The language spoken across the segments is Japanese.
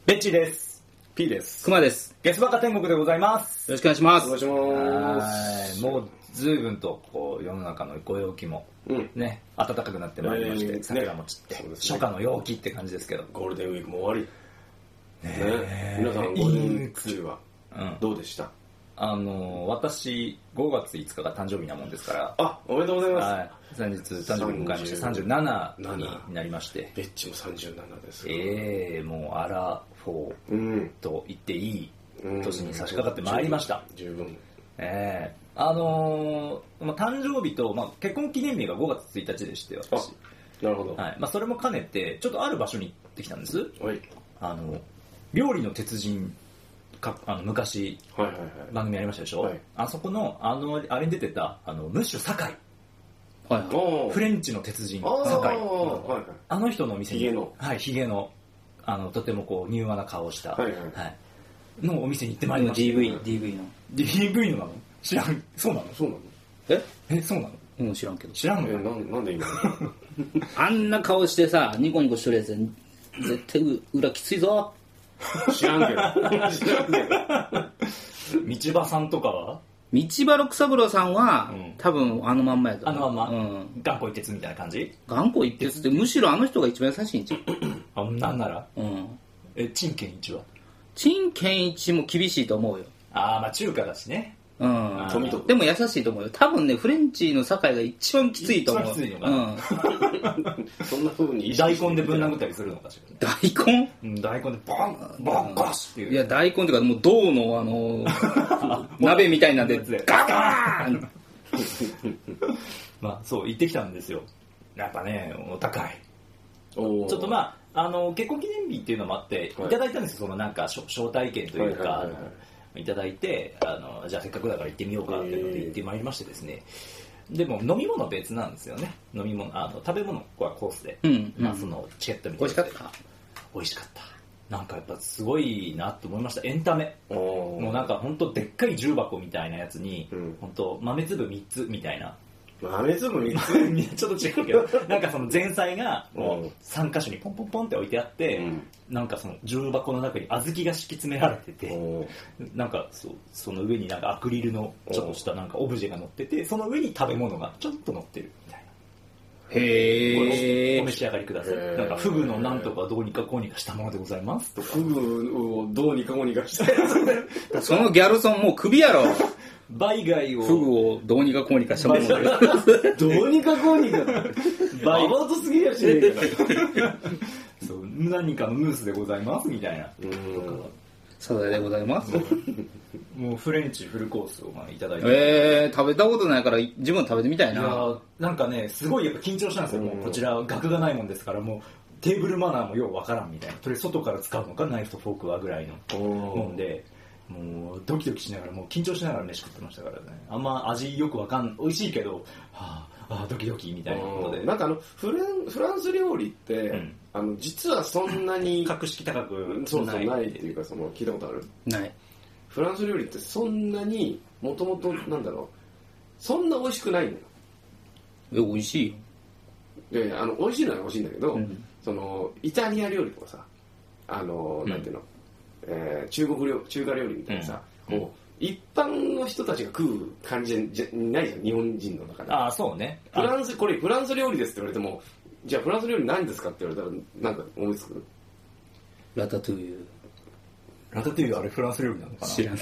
ベッチーです。 P です。 クマです。 ゲスバカ天国でございます。 よろしくお願いします。 お願いします。 もう随分とこう世の中のご陽気も、ね、暖かくなってまいりまして、桜も散って、初夏の陽気って感じですけど、 ゴールデンウィークも終わり、皆さんゴールデンウィーク中はどうでした？ 私5月5日が誕生日なもんですから、 あ、おめでとうございます。 はい、先日誕生日迎えまして37になりまして、 ベッチも37です。 もうアラフォーと言っていい年に差し掛かってまいりました。 十分。 誕生日と、結婚記念日が5月1日でして、私。 なるほど。 はい。それも兼ねて、ちょっとある場所に行ってきたんです。 はい。 料理の鉄人昔、番組ありましたでしょ、はい、あそこの、あれに出てた、ムッシュ酒井。はい。フレンチの鉄人、酒井。あの人のお店に、ヒゲの、とてもこう、柔和な顔をした、のお店に行ってまいりました。DV のなの知らん。そうなのそうなのうん、知らんけど。 知らんのなんで今あんな顔してさ、ニコニコしとるやつ、絶対裏きついぞ。 知らんけど。 道場さんとかは道場六三郎さんは、多分あのまんまやと。 頑固一徹みたいな感じ？ 頑固一徹ってむしろあの人が一番優しいんちゃう？ なんなら？陳建一は？ 陳建一も厳しいと思うよ。 中華だしね。 でも優しいと思うよ。多分ね、フレンチの酒井が一番きついと思う。 一番きついのかな。 そんな風に大根でぶん殴ったりするのかしら。 大根？ 大根でボンゴシっていう。 いや、大根っていうかもう銅の鍋みたいなんでガガーン。 そう行ってきたんですよ。やっぱね、お高い。ちょっと結婚記念日っていうのもあっていただいたんですよ。そのなんか招待券というか。いただいて、じゃあせっかくだから行ってみようかっていうので行ってまいりましてですね。でも飲み物別なんですよね。飲み物、食べ物はコースで、そのチケットみたいな。美味しかった。なんかやっぱすごいなと思いました。エンタメ。もうなんか本当でっかい重箱みたいなやつに、本当豆粒3つみたいな。 豆粒3つちょっと違うけど、なんかその前菜がもう3箇所にポンポンポンって置いてあって、なんかその重箱の中に小豆が敷き詰められてて、なんかその上になんかアクリルのちょっとしたなんかオブジェが乗ってて、その上に食べ物がちょっと乗ってるみたいな。お召し上がりください。なんかフグのなんとかどうにかこうにかしたものでございますとか。 フグをどうにかこうにかしたやつ。そのギャルソンもうクビやろ。 倍貝をフグをどうにかこうにかしたものでどうにかこうにかババアとすぎやしねえから何かのムースでございますみたいなサザエでございますもうフレンチフルコースをいただいて食べたことないから自分食べてみたいな。 いやなんかねすごいやっぱ緊張したんですよ。もうこちら額がないもんですからもうテーブルマナーもようわからんみたいな。とりあえず外から使うのかナイフとフォークはぐらいのもんでもうドキドキしながらもう緊張しながら飯食ってましたからね。あんま味よく美味しいけどドキドキみたいなことでなんかフランス料理って、実はそんなに格式高くないっていうか聞いたことある？ ない。 フランス料理ってそんなにもともとなんだろうそんな美味しくないんだよ。 美味しいよ。 美味しいのは美味しいんだけど、そのイタリア料理とかさなんていうの中華料理みたいなさ、一般の人たちが食う感じじゃないじゃん、日本人の中で。 そうね。 これフランス料理ですって言われても、じゃあフランス料理何ですかって言われたらなんか思いつく？ ラタトゥイユ。 ラタトゥイユあれフランス料理なのかな？ 知ら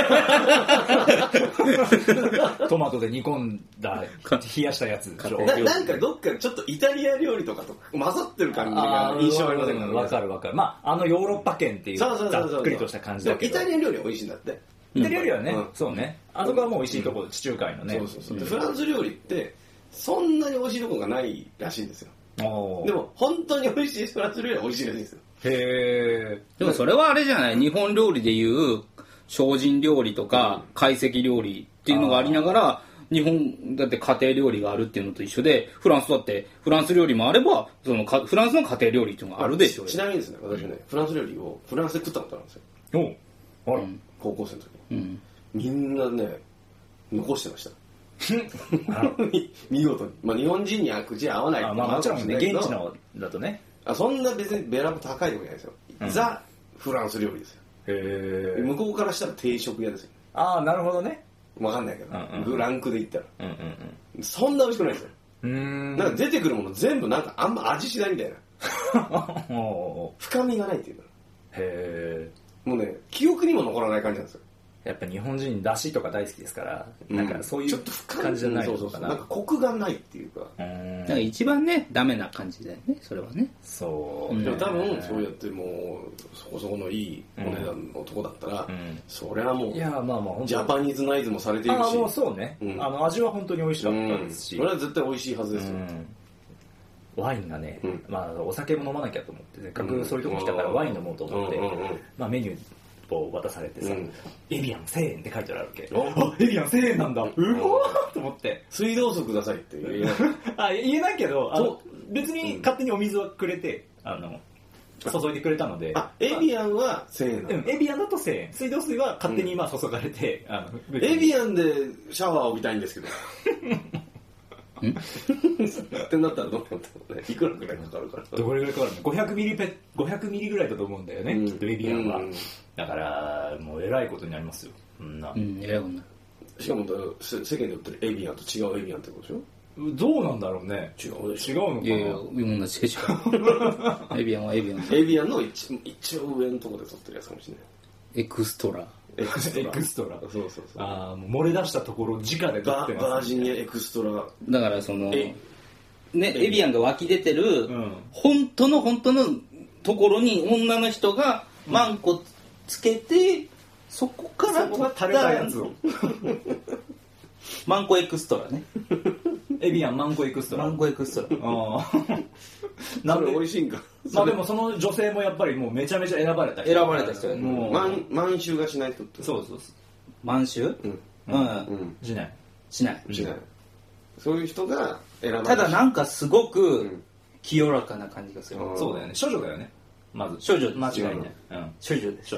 ない。 トマトで煮込んだ冷やしたやつでしょ。 なんかどっかちょっとイタリア料理とかと混ざってる感じが印象ありませんか？ わかる。ヨーロッパ圏っていうざっくりとした感じだけど。 イタリア料理は美味しいんだって。 イタリア料理はね、そうね。あそこはもう美味しいところ、地中海のね。 フランス料理ってそんなに美味しいところがないらしいんですよ。でも本当に美味しいフランス料理は美味しいらしいんですよ。 でもそれはあれじゃない、日本料理でいう精進料理とか懐石料理っていうのがありながら、日本だって家庭料理があるっていうのと一緒で、フランスだってフランス料理もあればフランスの家庭料理っていうのがあるでしょ。 ちなみにですね、私ねフランス料理をフランスで食ったことあるんですよ。高校生の時、みんなね残してました見事に。日本人には口合わないってもちろんね、現地のだとねそんな別にベラも高いとこじゃないですよ。ザ・フランス料理ですよ。 へえ。 向こうからしたら定食屋ですよ。 ああ、なるほどね。 わかんないけど、ランクで言ったら、 うんうんうん。 そんな美味しくないですよ。 なんか出てくるもの全部なんかあんま味しないみたいな。深みがないっていうか。 へえ。もうね、記憶にも残らない感じなんですよ。 やっぱ日本人だしとか大好きですから、なんかそういう感じじゃないのかな。 なんかコクがないっていうか。 なんか一番ねダメな感じだよね、それはね。 そう。 でも多分そうやってもうそこそこのいいお値段のとこだったら、それはもういやまあまあジャパニーズナイズもされているし、 もうそうね。味は本当に美味しかったですし、 それは絶対美味しいはずですよ。 ワインがね、まあお酒も飲まなきゃと思ってせっかくそういうとこ来たからワイン飲もうと思って、まあメニューを渡されてさ、エビアン1000円って書いてあるわけ。あ、エビアン1000円なんだ。うおーと思って。 水道水くださいって言えない。 言えないけど、別に勝手にお水をくれて、注いでくれたので。 エビアンは1000円なんだ。 エビアンだと1000円。水道水は勝手にまあ注がれて、 エビアンでシャワーを浴びたいんですけど。ってなったらどうなったのね。いくらぐらいかかるから。 どれぐらいかかるの ?500 ミリぐらいだと思うんだよね、きっとエビアンは。だからもうえらいことになりますよ。 えらいことになる。 しかも世間で売ってるエビアンと違うエビアンってことでしょ。 どうなんだろうね。違うのかな。 いやいや、同じでしょ。エビアンはエビアン。 エビアンの一応上のところで撮ってるやつかもしれない。 エクストラ。 エクストラ。 そう。 ああ、もう漏れ出したところ直で撮ってます、ね。 バージニアエクストラ。 だからそのね、エビアンが湧き出てる、本当のところに女の人がマンコつけて、そこから取ったやつを。 マンコエクストラね。 エビアンマンコエクストラ。 マンコエクストラ。 なんで美味しいんか。 まあでもその女性もやっぱりもうめちゃめちゃ選ばれた人よね。 もう満州がしない人って。 そう。 満州？ しない。 そういう人が選ばれた。 ただなんかすごく清らかな感じがする。 そうだよね。処女だよね。まず処女間違いない。 処女です。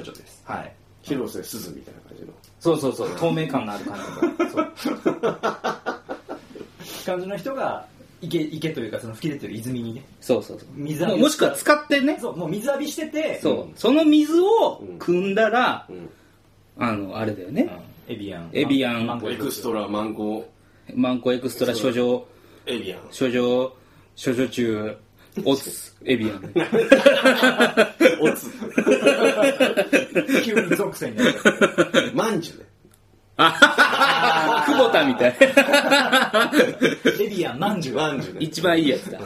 はい。 広瀬すずみたいな感じの。 そう透明感のある感じが。 感じの人が池というかその吹き出てる泉にね。 そう。 水浴びもしくは使ってね。 そう、もう水浴びしてて。 そう。その水を汲んだら、あれだよね。 エビアン。 マンコエクストラ、マンコエクストラ、処女。 エビアン。 処女中、オツ、エビアン。 オツ。 急に属性になる。 マンジュね。 久保田みたい。 エビアン、マンジュね。 一番いいやつだ。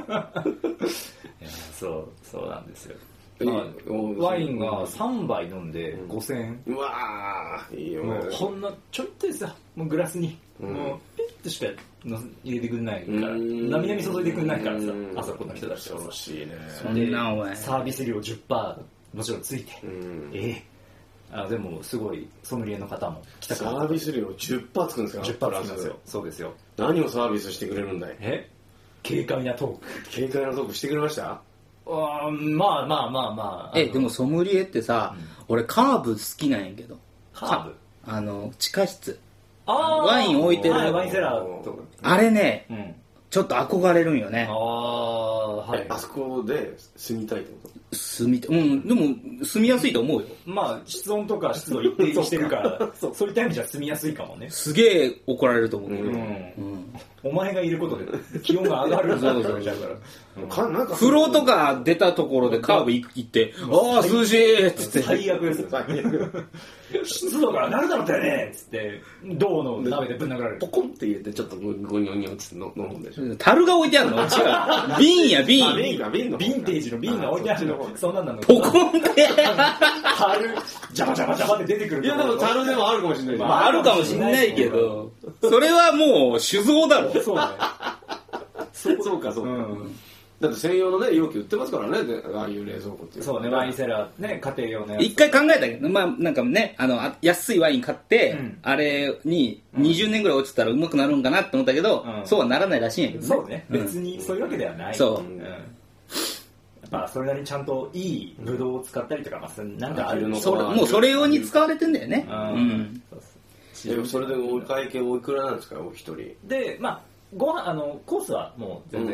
そうなんですよ。ワインが3杯飲んで5000円。 うわー、いいよね。 ほんのちょっとですよ。もうグラスに。もうピッとしか入れてくれないから。なみなみ注いでくれないからさ。あそこの人たちは。 恐ろしいね。 そんなお前。 サービス料 10% もちろんついて。でもすごいソムリエの方も来たから。 サービス料 10% つくんですか？ 10% つくんですよ。そうですよ。 何をサービスしてくれるんだい？ 軽快なトーク。 軽快なトークしてくれました？ まあ。 でもソムリエってさ、俺カーブ好きなんやけど。 カーブ？地下室。 ワイン置いてる。 ワインセラーとか。 あれね、ちょっと憧れるんよね。 あそこで住みたいってこと？ でも住みやすいと思うよ。 まあ室温とか湿度一定にしてるからそういった意味じゃ住みやすいかもね。 すげえ怒られると思うけど、 お前がいることで気温が上がるそうなんか風呂とか出たところでカーブ行ってああ涼しいっつって最悪ですよ。湿度が上がるだろうってねっつって銅の鍋でぶん殴られる。 ポコンって入れてちょっとゴニョニョって飲むんでしょ。 樽が置いてあるの？違う。瓶や瓶。 ヴィンテージの瓶が置いてあるの。そんなんなの。 ポコンって樽ジャバジャバって出てくる。 いやでも樽でもあるかもしれない。 あるかもしれないけど、それはもう酒造だろ。 そうね。 そうか。だって専用のね容器売ってますからね、ああいう冷蔵庫っていう。 そうね、ワインセラーね、家庭用のやつ。 一回考えたけど、まあなんかね、安いワイン買って、あれに20年ぐらい落ちたらうまくなるんかなって思ったけど、そうはならないらしいんやけどね。 そうね、別にそういうわけではない。 そう。 やっぱそれなりにちゃんといいブドウを使ったりとか、なんかあるのもうそれ用に使われてんだよね。 それでお会計おいくらなんですか、お一人。 で、まあご飯コースはもう全然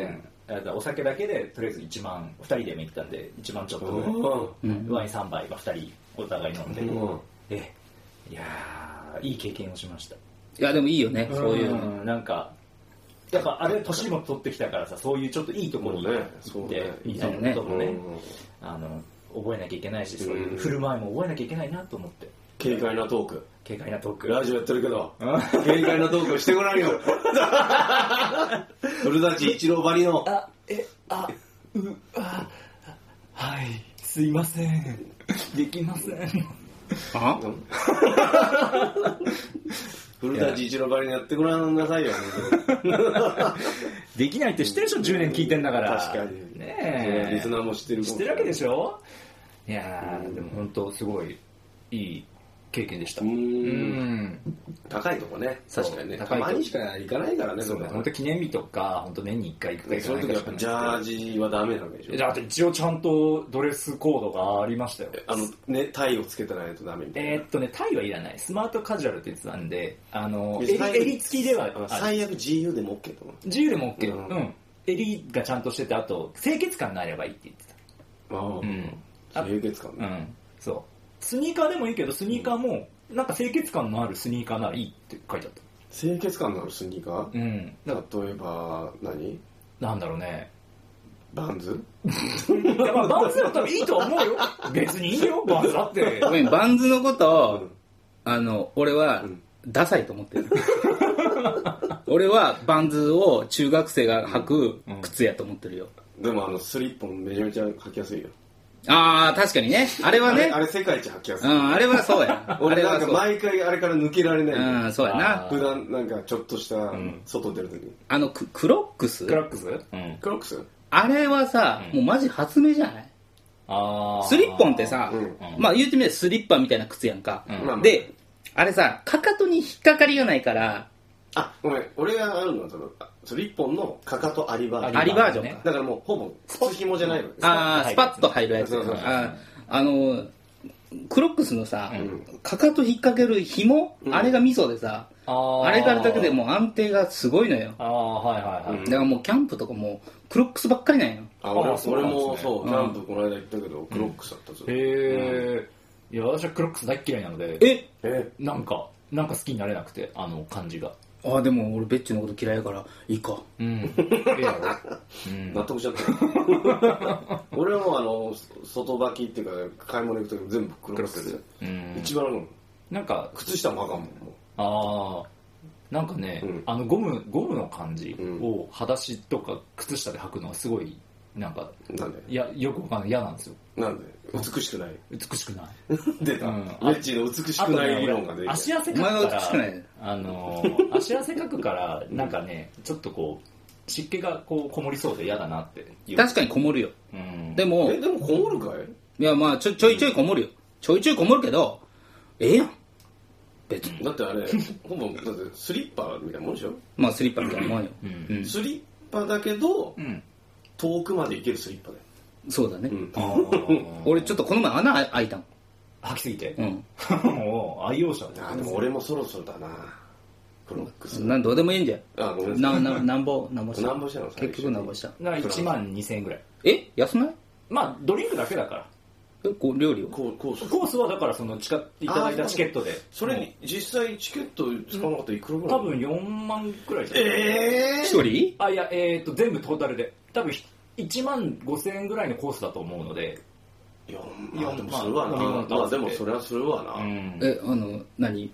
お酒だけでとりあえず1万、2人でも行ったんで1万ちょっとぐらい、ワイン3杯、2人お互い飲んで、いやーいい経験をしました。 いやでもいいよね、そういうの。 なんかやっぱあれ年も取ってきたからさ、そういうちょっといいところに行っていいこともね、覚えなきゃいけないし、そういう振る舞いも覚えなきゃいけないなと思って。 軽快なトーク。ラジオやってるけど、軽快なトークしてごらんよ。古舘一郎ばりの。 はい、すいません。できません。 古舘一郎ばりにやってごらんなさいよ。 できないって知ってるでしょ、10年聞いてんだから。 確かに。 ねえ。 リスナーも知ってる。 知ってるわけでしょ。いやー、でも本当すごいいい経験でした。 高いとこね。確かにね。たまにしか行かないからね。 そうね。本当記念日とか、本当年に1回行くか行かないか。 そういう時やっぱジャージはダメなわけでしょ。 だって一応ちゃんとドレスコードがありましたよ。 タイをつけてないとダメみたいな。 タイはいらない。スマートカジュアルって言ってたんで、襟付きでは最悪 GU でも OK と思う。 GU でも OK。うん。襟がちゃんとしてて、あと清潔感があればいいって言ってた。 清潔感ね。 そう。スニーカーでもいいけど、スニーカーもなんか清潔感のあるスニーカーならいいって書いてあった。 清潔感のあるスニーカー？例えばなんだろうね。 バンズ？ バンズだったらいいと思うよ。別にいいよ、バンズだって。 ごめん、バンズのことを、俺はダサいと思ってる。俺はバンズを中学生が履く靴やと思ってるよ。 でもスリッポンめちゃめちゃ履きやすいよ。 ああ、確かにね。あれはね。 あれ世界一履きやすい。 あれはそうや。 俺なんか毎回あれから抜けられない。 そうやな。 普段なんかちょっとした外出るときに。 クロックス？ クロックス？ あれはさ、もうマジ発明じゃない？スリッポンってさ、まあ言うてみればスリッパみたいな靴やんか。で、あれさ、かかとに引っかかりがないから、 ごめん、俺があるのはスリッポンのかかとありバージョン。 ありバージョンか。 だからもうほぼ靴紐じゃないの。 スパッと入るやつ。クロックスのさ、かかと引っ掛ける紐、あれがミソでさ、あれからだけでもう安定がすごいのよ。だからもうキャンプとかもクロックスばっかりなんよ。 俺もそう、キャンプこの間行ったけど、クロックスだったぞ。 いや、私はクロックス大っ嫌いなので、なんか好きになれなくて、感じが。 でも俺ベッチのこと嫌いやからいいか。 納得しちゃった。俺はもう外履きっていうか買い物行くとき全部クロックスで一番なんか靴下もあかんもん。 なんかね、ゴムの感じを裸足とか靴下で履くのはすごいなんかよくわかんない、嫌なんですよ。 なんで？美しくない。 美しくない。 出た。レッチの美しくない理論が出る。 足汗かくから足汗かくからなんかね、ちょっとこう湿気がこうこもりそうで嫌だなって。 確かにこもるよ。でもこもるかい？ いやまあちょいちょいこもるよ。ちょいちょいこもるけど、やん。別に。 だってあれほぼだってスリッパみたいなもんでしょ？ まあスリッパみたいなもんよ。 スリッパだけど遠くまで行けるスリッパで。 そうだね。俺ちょっとこの前穴開いたの。 履きすぎて。 愛用者だ。でも俺もそろそろだな。クロックス。 どうでもいいんじゃん。 ごめんなさい。 なんぼしたの？ 結局なんぼした。 1万2000円ぐらい。 安ない？ まあドリンクだけだから。 料理はコースはだからそのいただいたチケットで。 それに実際チケット使わなかったらいくらぐらい？ 多分4万くらいじゃない。 一人？ いや全部トータルで多分1万5000円ぐらいのコースだと思うので。 でもするわな。まあでもそれはするわな。 何？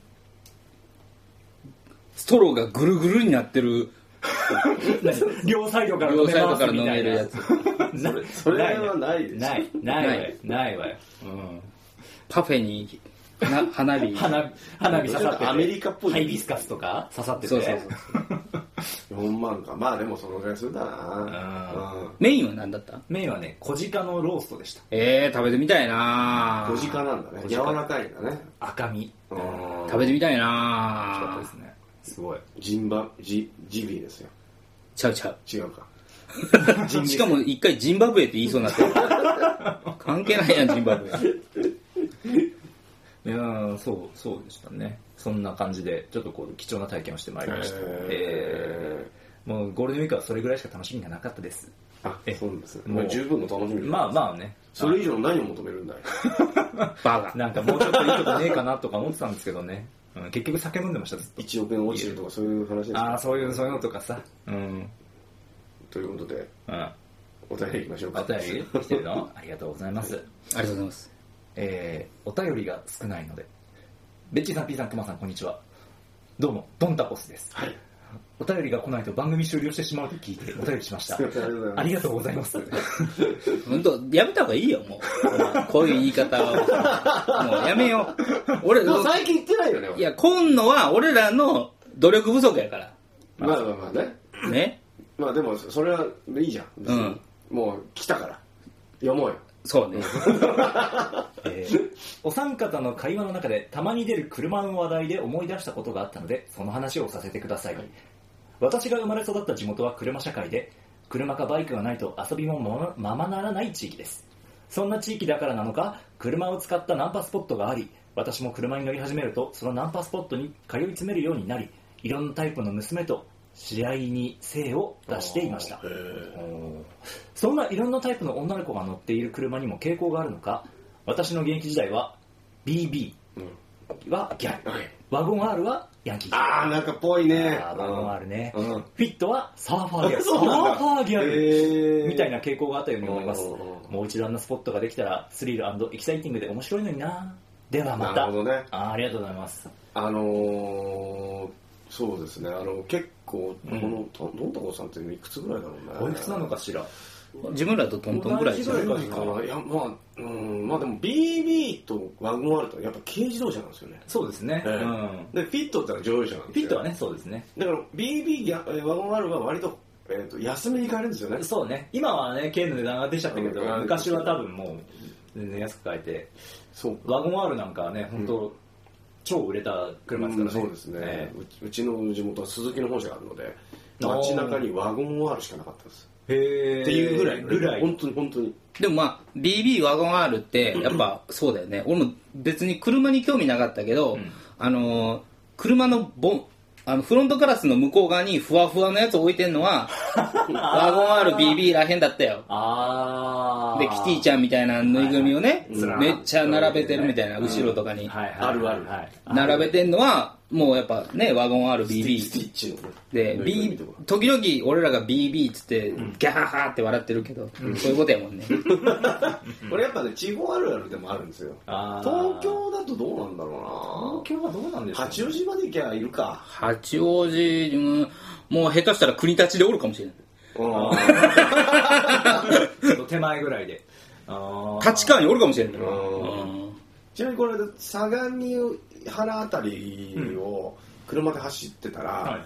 ストローがぐるぐるになってる。 両サイドから飲めるやつ。 それはないです。 ないわよ。 パフェに花火刺さってて、 アメリカっぽいハイビスカスとか刺さってて。 そう 4万か。まあでもそのぐらいするだな。 メインは何だった？ メインはね、小鹿のローストでした。 食べてみたいな。 小鹿なんだね。柔らかいんだね。 赤身。 食べてみたいな。 美味しかったですね。すごい。 ジビエですよ。 ちゃう。 違うか。 しかも一回ジンバブエって言いそうになってる。関係ないやん、ジンバブエ。 いやそうでしたね。そんな感じでちょっとこう貴重な体験をしてまいりました。 もうゴールデンウィークはそれぐらいしか楽しみがなかったです。 そうなんですね。もう十分の楽しみです。 まあね。 それ以上何を求めるんだい。 バカ。 なんかもうちょっといいことねえかなとか思ってたんですけどね。結局酒飲んでましたずっと。 1億円落ちるとかそういう話ですか。 そういうのとかさ。 ということで、お便りいきましょうか。 お便り来てるのありがとうございます。 ありがとうございます。 お便りが少ないので、ベッチーさん、ピーさん、クマさん、こんにちは。どうも、ドンタコスです。 はい。 お便りが来ないと番組終了してしまうと聞いてお便りしました。ありがとうございます。 本当やめた方がいいよ、もう。こういう言い方を。もうやめよう。俺、 最近言ってないよね。 いや、今のは俺らの努力不足やから。 まあね。 ね。 まあでも、それはいいじゃん。もう来たから。読もうよ。 そうね。 お三方の会話の中でたまに出る車の話題で思い出したことがあったので、その話をさせてください。私が生まれ育った地元は車社会で、車かバイクがないと遊びもままならない地域です。そんな地域だからなのか、車を使ったナンパスポットがあり、私も車に乗り始めるとそのナンパスポットに通い詰めるようになり、いろんなタイプの娘と試合に精を出していました。そんないろんなタイプの女の子が乗っている車にも傾向があるのか、私の現役時代は BB はギャル、ワゴン R はヤンキー。 なんかぽいね。 ワゴン R ね。フィットはサーファーギャル。サーファーギャルみたいな傾向があったように思います。もう一度あんなスポットができたらスリル&エキサイティングで面白いのにな。ではまた。 なるほどね。 ありがとうございます。 そうですね。結構このドンタコさんっていくつぐらいだろうね。 おいくつなのかしら。 自分らとトントンぐらいじゃないかな。いや、まあでも BB とワゴン R とやっぱ軽自動車なんですよね。 そうですね。 でフィットってのは乗用車なんですよ。 フィットはね、そうですね。 だから BB ワゴン R は割と安めに買えるんですよね。 そうね。今はね、軽の値段が出ちゃったけど、昔は多分もう全然安く買えて、ワゴン R なんかはね、本当超売れた車ですからね。 そうですね。うちの地元は鈴木の本社があるので、街中にワゴン R しかなかったです。っていうぐらい本当にでもまあ BB ワゴン R ってやっぱそうだよね。俺も別に車に興味なかったけど、車のフロントガラスの向こう側にふわふわのやつ置いてんのはワゴン R BB らへんだったよ。でキティちゃんみたいなぬいぐるみをね、めっちゃ並べてるみたいな、後ろとかにある並べてんのはもうやっぱね、ワゴン R BB で、時々俺らが BB っつってギャハハって笑ってるけど、そういうことやもんね。 これやっぱね、地方あるあるでもあるんですよ。東京だとどうなんだろうな。 東京はどうなんですか。 八王子まで行きゃいるか。 八王子もう下手したら国立でおるかもしれない。 ちょっと手前ぐらいで立川におるかもしれない。 ちなみにこれ相模原あたりを車で走ってたら、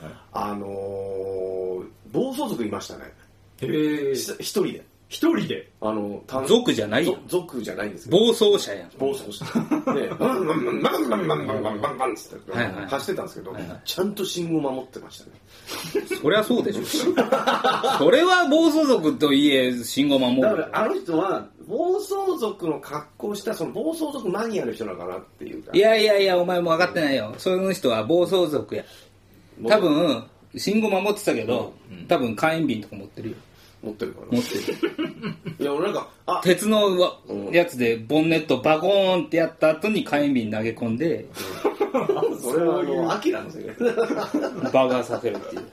暴走族いましたね。一人で。 族じゃないよ。 族じゃないんですけど。 暴走車やん。 暴走車。で、バンバンバンバンバンバンバンバンバンって走ってたんですけど、ちゃんと信号守ってましたね。 そりゃそうでしょ。それは暴走族といえ信号守る。 だからあの人は暴走族の格好したその暴走族マニアの人なのかなっていうか。 いやお前も分かってないよ。その人は暴走族や。多分信号守ってたけど、多分火炎瓶とか持ってるよ。 持ってるから。 持ってる。 いや俺なんか鉄のやつでボンネットバコーンってやった後に火炎瓶投げ込んで、 それはアキラのせいで爆発させるっていう。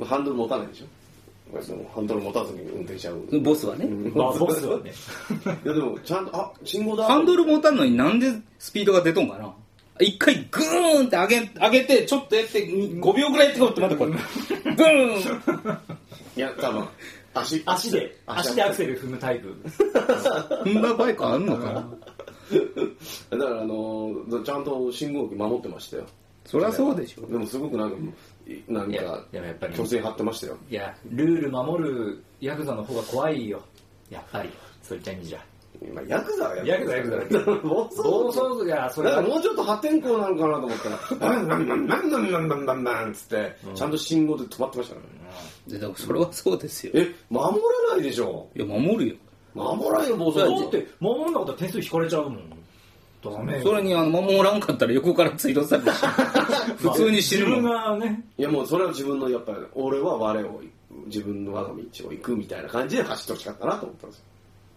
ハンドル持たないでしょ。ハンドル持たずに運転しちゃう。 ボスはね。 ボスはね。 いやでもちゃんと信号だ。 ハンドル持たんのになんでスピードが出とんかな。一回グーンって上げてちょっとやって5秒ぐらいってことまたこれグーン。 いや多分足でアクセル踏むタイプ。 踏んだバイクあるのかな。 だからちゃんと信号機守ってましたよ。 そりゃそうでしょ。 でもすごくなんかやっぱり虚勢張ってましたよ。 いやルール守るヤクザの方が怖いよ。やっぱりそういった意味じゃ。 ヤクザはヤクザ暴走族がそれだからもうちょっと破天荒なのかなと思ったらバンバンバンバンバンバンバンバンつってちゃんと信号で止まってましたからね。 でもそれはそうですよ。 守らないでしょ。 いや守るよ。 守らんよ暴走族。 だって守らなかったら点数引かれちゃうもん。 ダメよ。 それに守らんかったら横から追突されて普通に死ぬもん。 自分がね。 いやもうそれは自分のやっぱり俺は我を自分の我が道を行くみたいな感じで走ってほしかったなと思ったんですよ。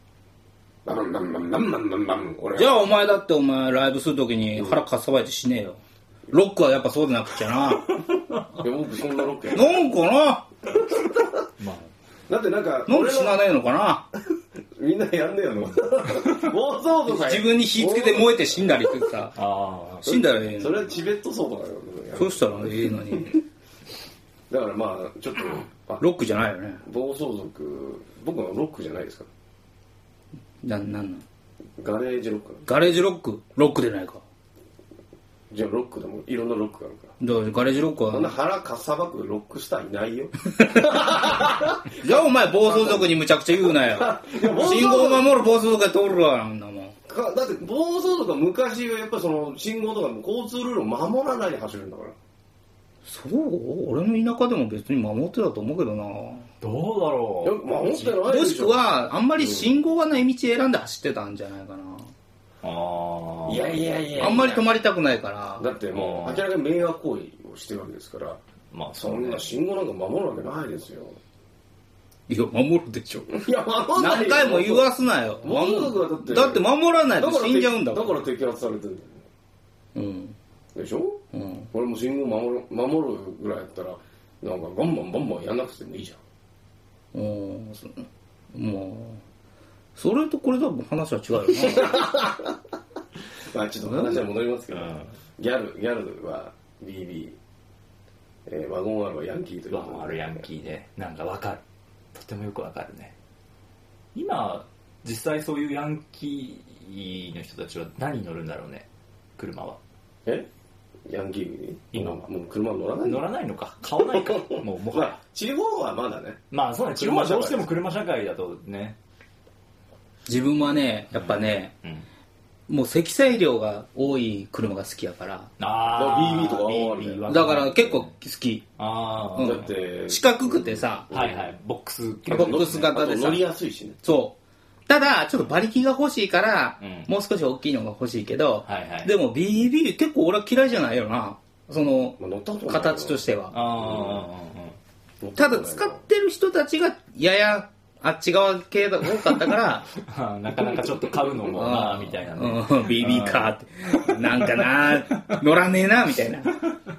じゃあお前だってライブするときに腹かっさばいて死ねえよ。ロックはやっぱそうでなくちゃな。 いや僕そんなロックやなんかな。 まあだってなんかなんで死なねえのかな。 みんなやんねえよな。暴走とか自分に火つけて燃えて死んだりってさ。死んだらええの。 それはチベット走とかよ。 そうしたらええのに。 だからまあちょっとロックじゃないよね。 暴走族僕はロックじゃないですか。 なんガレージロック。 ガレージロックでないか。 じゃあロックでもいろんなロックがあるから。 だからガレージロックはそんな腹かっさばくロックスターいないよ。 じゃあお前暴走族にむちゃくちゃ言うなよ。信号を守る暴走族が通るわなんだもん。 だって暴走とか昔はやっぱりその信号とか交通ルールを守らないで走るんだから。 そう俺の田舎でも別に守ってたと思うけどな。 どうだろう。 守ってないでしょ。 もしくはあんまり信号がない道選んで走ってたんじゃないかな。 いやあんまり止まりたくないから。 だってもう明らかに迷惑行為をしてるわけですから、まあそんな信号なんか守るわけないですよ。 いや守るでしょ。 いや守らない。 何回も言わすなよ。だって守らないと死んじゃうんだもん。 だから摘発されてるんだよ。うんでしょ。俺も信号守るぐらいやったらなんかバンバンやんなくてもいいじゃん。 もうそれとこれとは話は違うよな。 まあちょっと話は戻りますけど、ギャルは BB、ワゴン R はヤンキーというワゴン R ヤンキーでなんかわかる。とてもよくわかるね。今実際そういうヤンキーの人たちは何に乗るんだろうね。車は。 ヤンキーに今もう車乗らないのか買わないかもはや地方はまだね。 まあそうね。地方はどうしても車社会だとね。 自分はねやっぱね、もう積載量が多い車が好きやから。 BB とか BB だから結構好き。 だって四角くてさ、 ボックス型でさ乗りやすいしね。 そう。ただちょっと馬力が欲しいから、もう少し大きいのが欲しいけど、でも BB 結構俺は嫌いじゃないよな。その形としては。ただ使ってる人たちがややあっち側系が多かったからなかなかちょっと買うのもなあみたいなね。 BB カーってなんかな乗らねえなみたいな。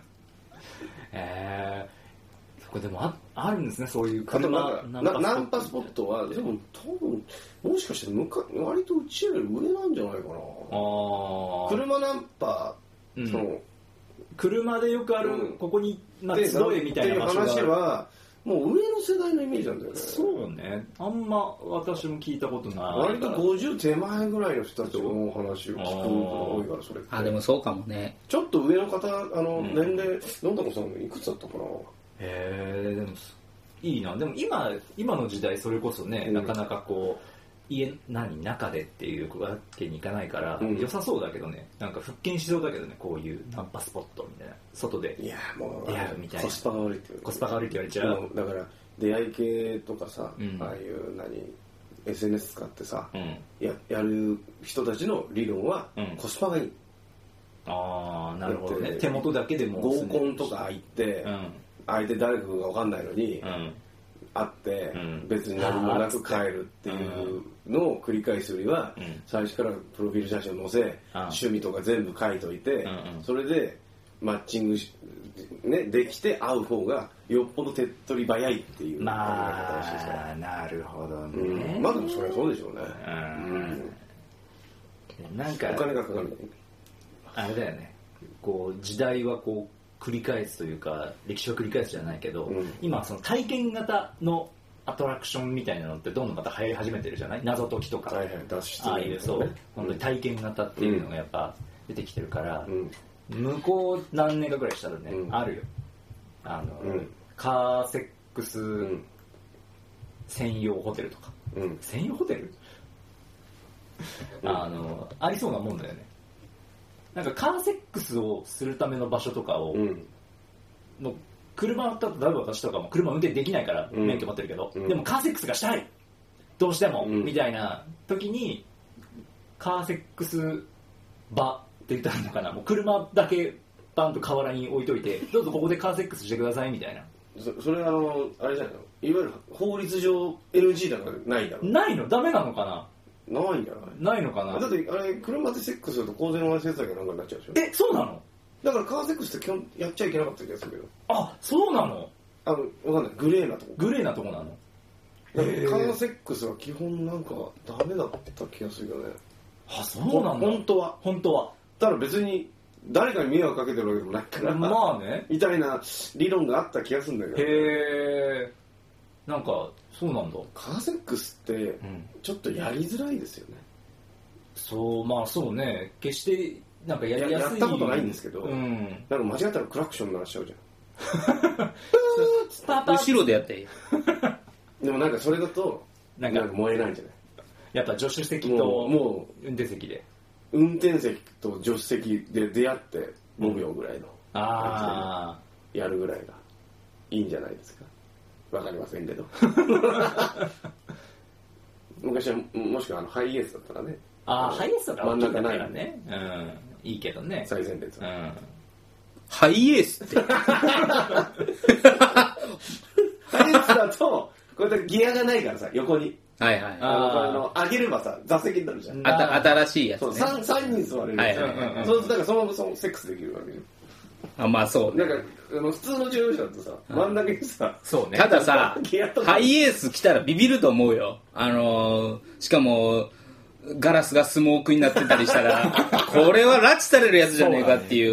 そこでもあるんですねそういう車ナンパスポットはでも多分もしかして割とうちより上なんじゃないかな。車ナンパ、その車でよくある、ここに集えみたいな場所が話はもう上の世代のイメージなんだよね。 そうね。あんま私も聞いたことない。 割と50手前ぐらいの人たちの話を聞くのが多いからそれって。 でもそうかもね。 ちょっと上の方年齢飲んだ子さんいくつだったかな。 でもいいな。でも今の時代それこそね、なかなかこう中でっていうわけにいかないから、良さそうだけどね。なんか復権しそうだけどね、こういうナンパスポットみたいな外で出会うみたいな。 コスパが悪いって言われちゃう。 だから出会い系とかさ、ああいう SNS 使ってさ、やる人たちの理論はコスパがいい。 なるほどね。手元だけでも合コンとか行って、相手誰かが分かんないのに、会って別に何もなく帰るっていうのを繰り返すよりは、最初からプロフィール写真を載せ、趣味とか全部書いといて、それでマッチングできて会う方がよっぽど手っ取り早いっていう考え方らしいですから。 なるほどね。 まあでもそれはそうでしょうね。 なんかお金がかかる。 あれだよね。こう時代はこう繰り返すというか歴史を繰り返すじゃないけど、今その体験型のアトラクションみたいなのってどんどんまた流行り始めてるじゃない。謎解きとか、 脱出ああいうそう本当に体験型っていうのがやっぱ出てきてるから、向こう何年かぐらいしたらね、あるよ。カーセックス専用ホテルとか、専用ホテルありそうなもんだよね。なんかカーセックスをするための場所とかを、の車だと例えば私とかも車運転できないから免許持ってるけど、でもカーセックスがしたいどうしても、みたいな時にカーセックス場って言ったらいいのかな、もう車だけバンと河原に置いといて、どうぞここでカーセックスしてくださいみたいな。 それはあれじゃないの、いわゆる法律上 NG だからないだろう。 ないの？ダメなのかな？ ないんじゃない？ ないのかな？ だってあれ車でセックスすると公然わいせつ罪かなんかになっちゃうでしょ。 そうなの？ だからカーセックスって基本やっちゃいけなかった気がするけど。 あ、そうなの？ わかんない、グレーなとこ。 グレーなとこなの？ カーセックスは基本なんかダメだった気がするよね。 あ、そうなんだ。 本当は。ただ別に誰かに迷惑かけてるわけでもないから。 まあね。 みたいな理論があった気がするんだけど。 へえ。なんかそうなんだ。 カーセックスってちょっとやりづらいですよね。 そう、まあそうね。決してなんかやりやすい。 やったことないんですけど、 なんか間違ったらクラクション鳴らしちゃうじゃん。後ろでやっていい。 でもなんかそれだとなんか燃えないんじゃない？ やっぱ助手席ともう運転席で。 運転席と助手席で出会って5秒ぐらいの感じでやるぐらいがいいんじゃないですか。わかりませんけど。昔はもしくはハイエースだったらね。 ハイエースだったら真ん中ないからね。いいけどね。 最前列。 ハイエースって。 ハイエースだとこうやってギアがないからさ、横に。 はいはい。 上げればさ、座席になるじゃん。 新しいやつ、ね。 そう、3人座れる。 はい。 そうすると、だからそのままセックスできるわけじゃん。あ、まあそう、 ね。なんか、普通の乗用車だとさ、真ん中にさ、 そうね。 たださ、ハイエース来たらビビると思うよ。しかも、ガラスがスモークになってたりしたら、これは拉致されるやつじゃねえかっていう。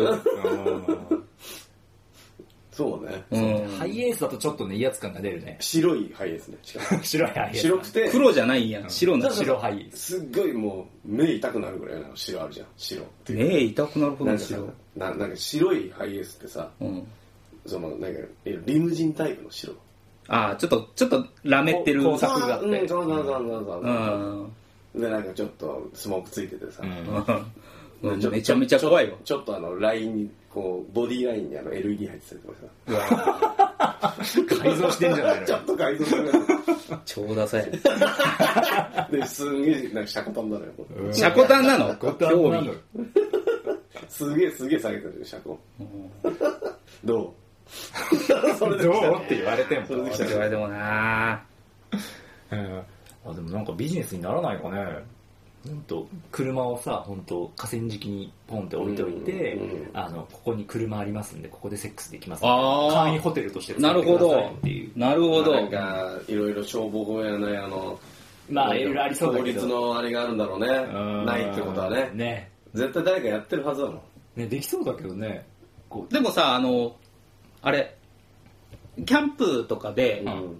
そうね。 ハイエースだとちょっとね、威圧感が出るね。 白いハイエースね。 白いハイエース。 白くて。 黒じゃないやん。白な白ハイエース。 すっごいもう、目痛くなるぐらいの白あるじゃん。白。 目痛くなるほど白。 なんか白いハイエースってさ、その、なんか、リムジンタイプの白。 ああ、ちょっとラメってる工作があって。 そう。で、なんかちょっとスモークついててさ。 めちゃめちゃ怖いよ。 ちょっとラインに、こう、ボディラインにLED 入ってたりとかさ。改造してんじゃないの？ ちょっと改造してる。 超ダサい。 で、すんげえ、なんかシャコタンなのよ。 シャコタンなの？ 興味。 すげえ下げてるよ、シャコ。どう？ それどうって言われても。 言われてもなでもなんかビジネスにならないかね。本当車をさ、本当河川敷にポンって置いておいて、ここに車ありますんでここでセックスできます、ね。簡易ホテルとして使ってくださいっていう。 なるほど。 なんかいろいろ消防法やね、 まあいろいろありそうだけど。 法律のあれがあるんだろうね。ないってことはね。 ね。 絶対誰かやってるはずだもん。 ね、できそうだけどね。 でもさ、あれキャンプとかで、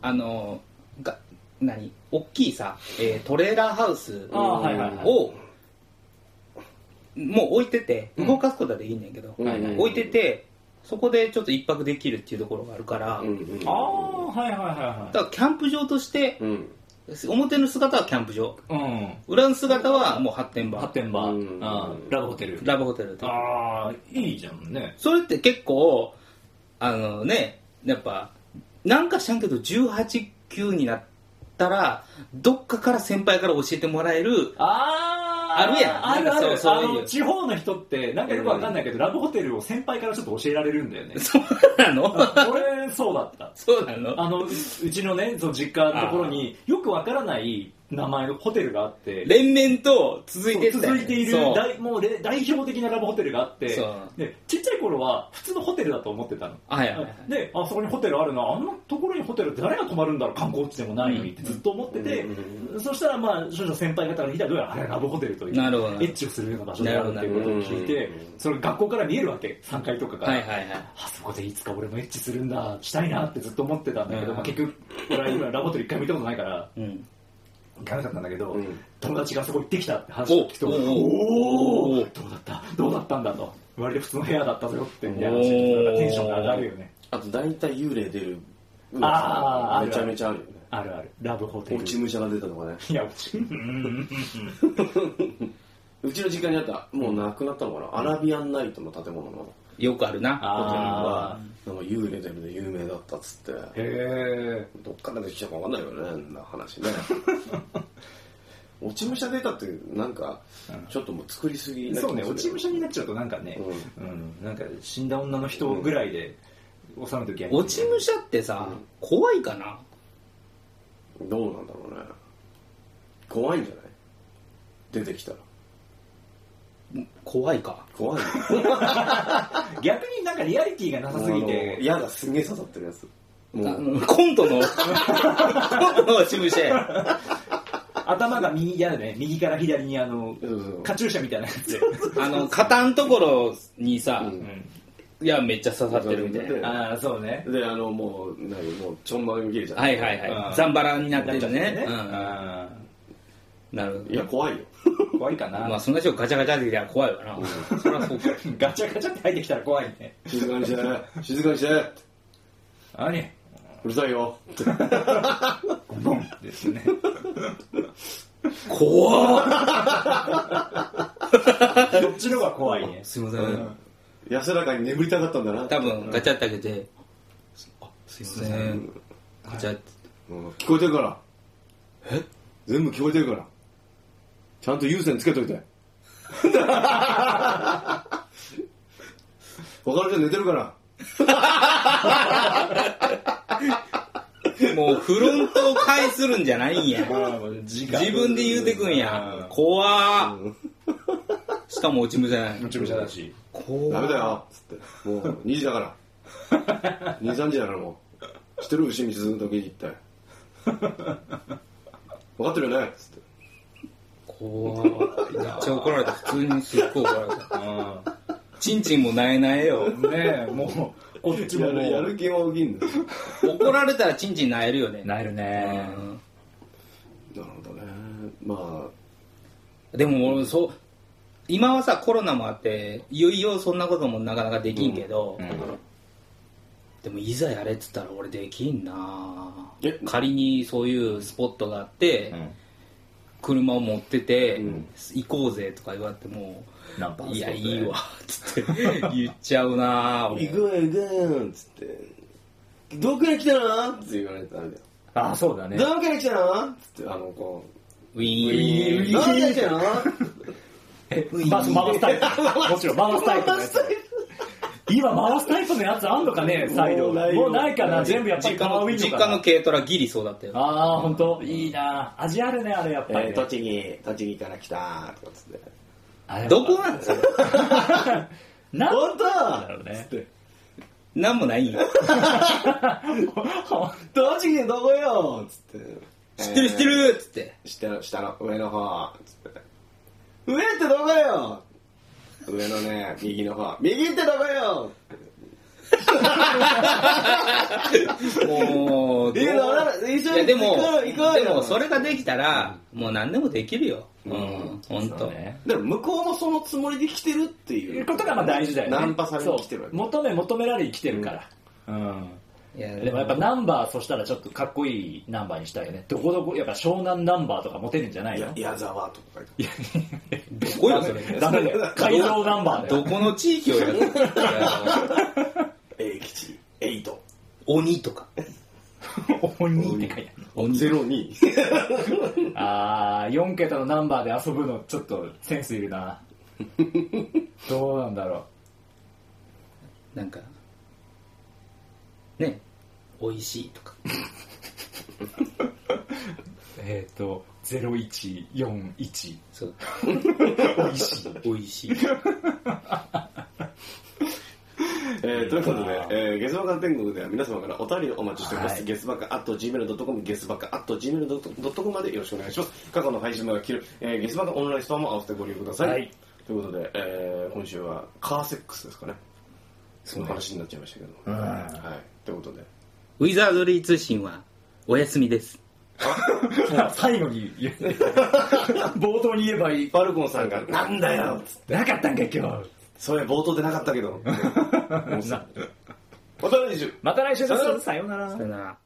大きいさ、トレーラーハウスをもう置いてて、動かすことはできんねんけど、置いててそこでちょっと一泊できるっていうところがあるから、だからキャンプ場として、表の姿はキャンプ場、裏の姿はもう発展場、 ラブホテル、ああいいじゃんね。 それって結構やっぱなんか知らんけど18、9になったらどっかから先輩から教えてもらえるあるやん。 ある地方の人ってなんかよくわかんないけど、ラブホテルを先輩からちょっと教えられるんだよね。 そうなの？ 俺そうだった。 そうなの？ うちのね、その実家のところによくわからない名前のホテルがあって、 連綿と続いているもう代表的なラブホテルがあって、でちっちゃい頃は普通のホテルだと思ってたの。で、そこにホテルあるな、あんなところにホテルって誰が泊まるんだろう、観光地でもないってずっと思ってて、そしたら少々先輩方から聞いたらどうやらあれラブホテルというエッチをするような場所であるっていうことを聞いて、それ学校から見えるわけ、3階とかから。そこでいつか俺もエッチするんだ、したいなってずっと思ってたんだけど、結局俺は今ラブホテル1回も行ったことないから行かなかったんだけど、友達がそこ行ってきたって話を聞くと、おおどうだったんだと、割と普通の部屋だったぞよってテンションが上がるよね。 あと大体幽霊出るめちゃめちゃあるよね。 あるラブホテル、 落ち武者が出たとかね。 いや落ちうちの実家にあった、もうなくなったのかな、アラビアンナイトの建物のよくあるなホテルはなんか幽霊出るで有名だったっつって、どっから出てきたか分かんないよね、な話ね。 落ち武者出たってなんかちょっともう作りすぎな気がする。 そうね、落ち武者になっちゃうとなんかね、なんか死んだ女の人ぐらいで収めときゃいい、 落ち武者ってさ、怖いかな。 どうなんだろうね。怖いんじゃない？出てきたら怖いか。 怖い逆になんかリアリティがなさすぎて矢がすげえ刺さってるやつ。 コントの落ち武者や。 頭が右やね、右から左にカチューシャみたいなやつで肩んところにさ、いやめっちゃ刺さってるみたいな。 ああそうね。 でもうちょんまげ切れちゃって。 はいはいはい。ザンバラになってるね。なるほど。 いや怖いよ。 怖いかな。 まあそんな人ガチャガチャってきたら怖いわな。そりゃそうか。 ガチャガチャって入ってきたら怖いね。 静かにして静かにして。 何？ うるさいよ。 ボンですね。 怖っ。 どっちの方が怖いね。 すいません。 安らかに眠りたかったんだな。 多分ガチャって開けて、すいません。ガチャって。 聞こえてるから。え？全部聞こえてるから。ちゃんと有線つけといて。他の人寝てるから。 もうフロントを返するんじゃないんや。自分で言うてくんや。怖っ。しかも落ち武者じゃない。 落ち武者だし。 ダメだよつって。もう2時だから。2、3時だからもう。知ってる？牛水の時に行って。分かってるよねつって。 怖っ。めっちゃ怒られた。普通にすっごい怒られた。チンチンもなえなえよ。 ねえ、もう、こっちもやる気も大きいんだよ。 怒られたらチンチンなえるよね。 なえるね。 なるほどね。まあ。でも今はさ、コロナもあって、いよいよそんなこともなかなかできんけど、でもいざやれっつったら俺できんな。仮にそういうスポットがあって、車を持ってて、行こうぜとか言われても、いやいいわっつって言っちゃうな。 行こうよ行こうよっつってどこから来たのって言われたんだよ。 ああそうだね。 どこから来たのつってこウィーンどこから来たの回すタイプ。もちろん回すタイプのやつ。今回すタイプのやつあんのかね、サイド。もうないかな。全部やっぱりカーウィンドかな。 実家の軽トラギリそうだったよ。 ああ本当いいな。味あるねあれやっぱり。 栃木から来たとかつって。 どこなんですか？ 本当だろうね。 なんもないんよ。 栃木どこよつって。 知ってる知ってるっつって。 下の上の方つって。上ってどこよ上のね右の方。右ってどこよもういやでもそれができたらもう何でもできるよ。本当ね。 でも向こうもそのつもりで来てるっていうことがまあ大事だよね。 ナンパされに来てるわけ。 求められに来てるから。いやでもやっぱナンバーそしたらちょっとかっこいいナンバーにしたいよね。どこどこやっぱ湘南ナンバーとか持てるんじゃないの？ 矢沢とか書いてどこよそれ。 ダメだよ。改造ナンバーどこの地域をやる？ 英吉、エイト、 鬼とか。 鬼って書いてある。 02。 ああ4桁のナンバーで遊ぶのちょっとセンスいるな。どうなんだろう。なんかね。美味しいとか 0141 そう美味しいということで、ゲスバカ天国では皆様からお便りをお待ちしております。ゲスバカ @gmail.com ゲスバカ @gmail.com までよろしくお願いします。過去の配信が聞ける、ゲスバカオンラインスパも合わせてご利用ください、はい、ということで、今週はカーセックスですかね。その話になっちゃいましたけど、はい、ということでウィザードリー通信はお休みです。 最後に冒頭に言えばいい。 ファルコンさんがなんだよつってなかったんか今日。 それ冒頭でなかったけどまた来週です。さようなら。 さようなら。